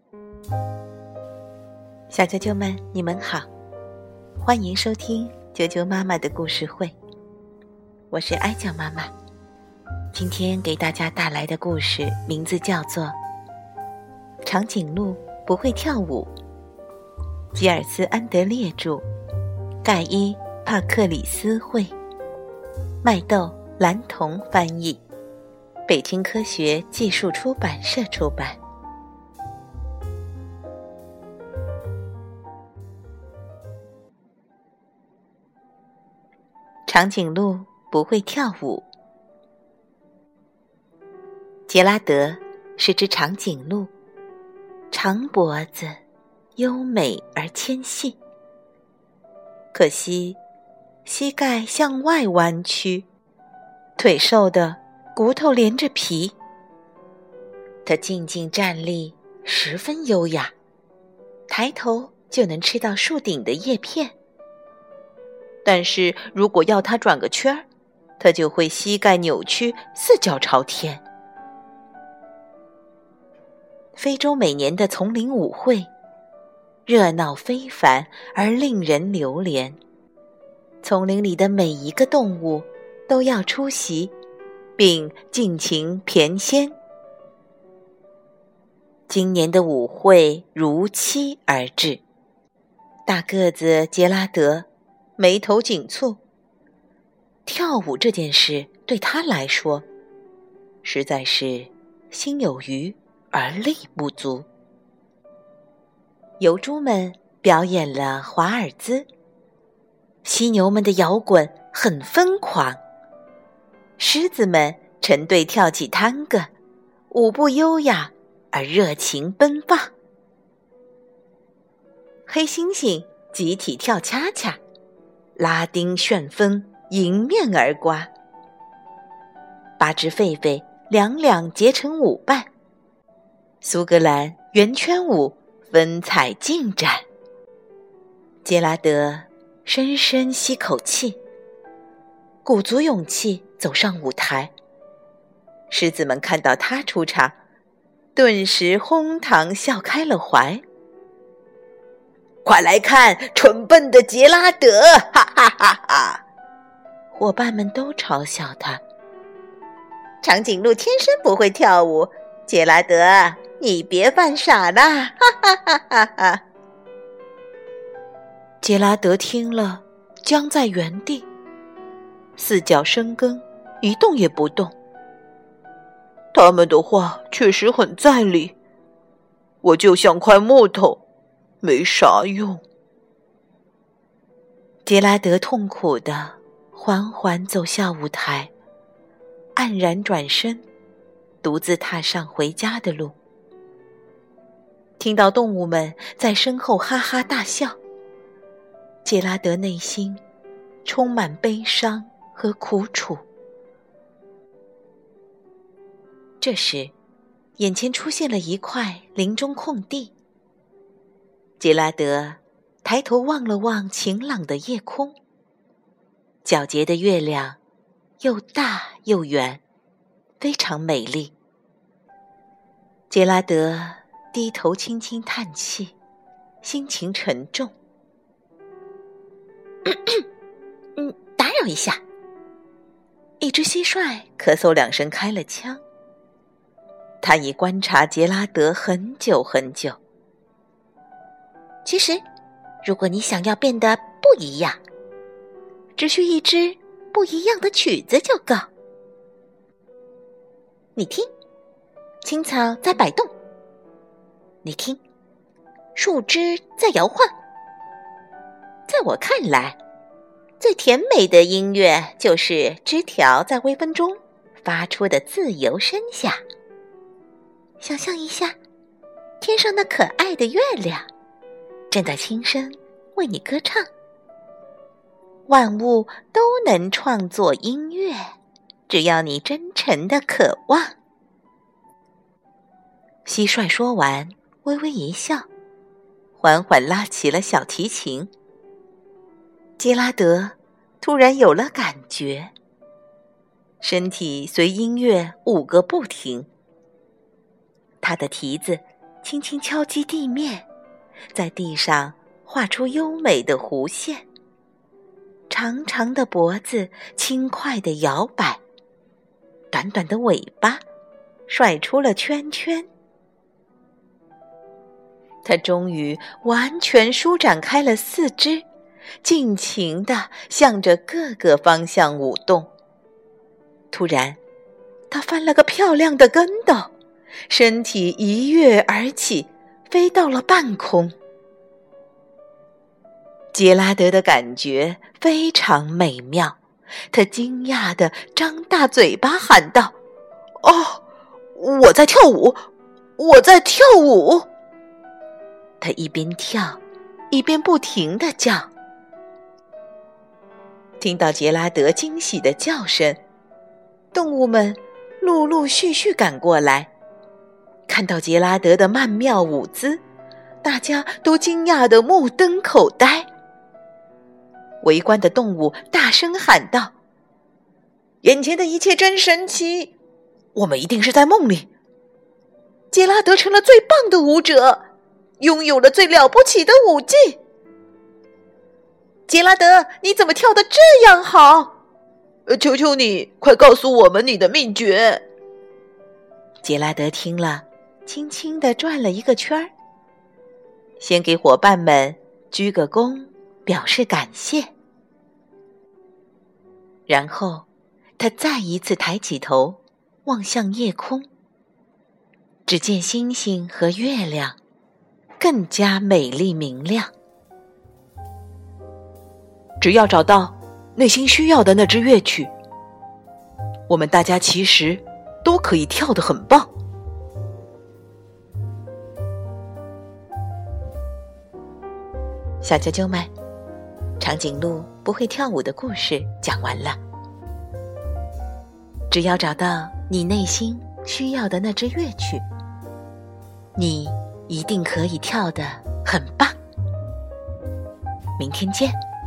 小啾啾们，你们好，欢迎收听啾啾妈妈的故事会，我是哀酱妈妈。今天给大家带来的故事名字叫做《长颈鹿不会跳舞》，吉尔斯·安德烈著，盖伊·帕克里斯绘，麦豆、蓝童翻译，北京科学技术出版社出版。长颈鹿不会跳舞。杰拉德是只长颈鹿，长脖子，优美而纤细。可惜，膝盖向外弯曲，腿瘦的骨头连着皮。它静静站立，十分优雅，抬头就能吃到树顶的叶片。但是如果要它转个圈儿，它就会膝盖扭曲，四脚朝天。非洲每年的丛林舞会，热闹非凡而令人流连。丛林里的每一个动物都要出席，并尽情翩跹。今年的舞会如期而至，大个子杰拉德眉头紧蹙。跳舞这件事对他来说，实在是心有余而力不足。疣猪们表演了华尔兹，犀牛们的摇滚很疯狂，狮子们成对跳起探戈，舞步优雅而热情奔放。黑猩猩集体跳恰恰，拉丁旋风迎面而刮。8只狒狒两两结成舞伴，苏格兰圆圈舞风采尽展。杰拉德深深吸口气，鼓足勇气走上舞台。狮子们看到他出场，顿时哄堂笑开了怀。快来看蠢笨的杰拉德，哈哈哈哈！伙伴们都嘲笑他。长颈鹿天生不会跳舞，杰拉德，你别犯傻啦，哈哈哈哈哈！杰拉德听了，僵在原地，四脚生根，一动也不动。他们的话确实很在理，我就像块木头，没啥用。杰拉德痛苦地缓缓走下舞台，黯然转身，独自踏上回家的路。听到动物们在身后哈哈大笑，杰拉德内心充满悲伤和苦楚。这时，眼前出现了一块林中空地。杰拉德抬头望了望晴朗的夜空，皎洁的月亮又大又圆，非常美丽。杰拉德低头轻轻叹气，心情沉重。打扰一下。一只蟋蟀咳嗽2声开了腔。他已观察杰拉德很久很久。其实，如果你想要变得不一样，只需一支不一样的曲子就够。你听，青草在摆动；你听，树枝在摇晃。在我看来，最甜美的音乐就是枝条在微风中发出的自由声响。想象一下，天上那可爱的月亮正在轻声为你歌唱。万物都能创作音乐，只要你真诚的渴望。蟋蟀说完，微微一笑，缓缓拉起了小提琴。杰拉德突然有了感觉，身体随音乐舞个不停。他的蹄子轻轻敲击地面，在地上画出优美的弧线。长长的脖子轻快地摇摆，短短的尾巴甩出了圈圈。它终于完全舒展开了四肢，尽情地向着各个方向舞动。突然，它翻了个漂亮的跟斗，身体一跃而起，飞到了半空。杰拉德的感觉非常美妙，他惊讶地张大嘴巴喊道：“哦，我在跳舞，我在跳舞！”他一边跳，一边不停地叫。听到杰拉德惊喜的叫声，动物们陆陆续续赶过来，看到杰拉德的曼妙舞姿，大家都惊讶得目瞪口呆。围观的动物大声喊道：“眼前的一切真神奇，我们一定是在梦里。杰拉德成了最棒的舞者，拥有了最了不起的舞技。杰拉德，你怎么跳得这样好？求求你，快告诉我们你的秘诀。”杰拉德听了，轻轻地转了一个圈儿，先给伙伴们鞠个躬，表示感谢。然后，他再一次抬起头，望向夜空，只见星星和月亮更加美丽明亮。只要找到内心需要的那支乐曲，我们大家其实都可以跳得很棒。小啾啾们，长颈鹿不会跳舞的故事讲完了。只要找到你内心需要的那支乐曲，你一定可以跳得很棒。明天见。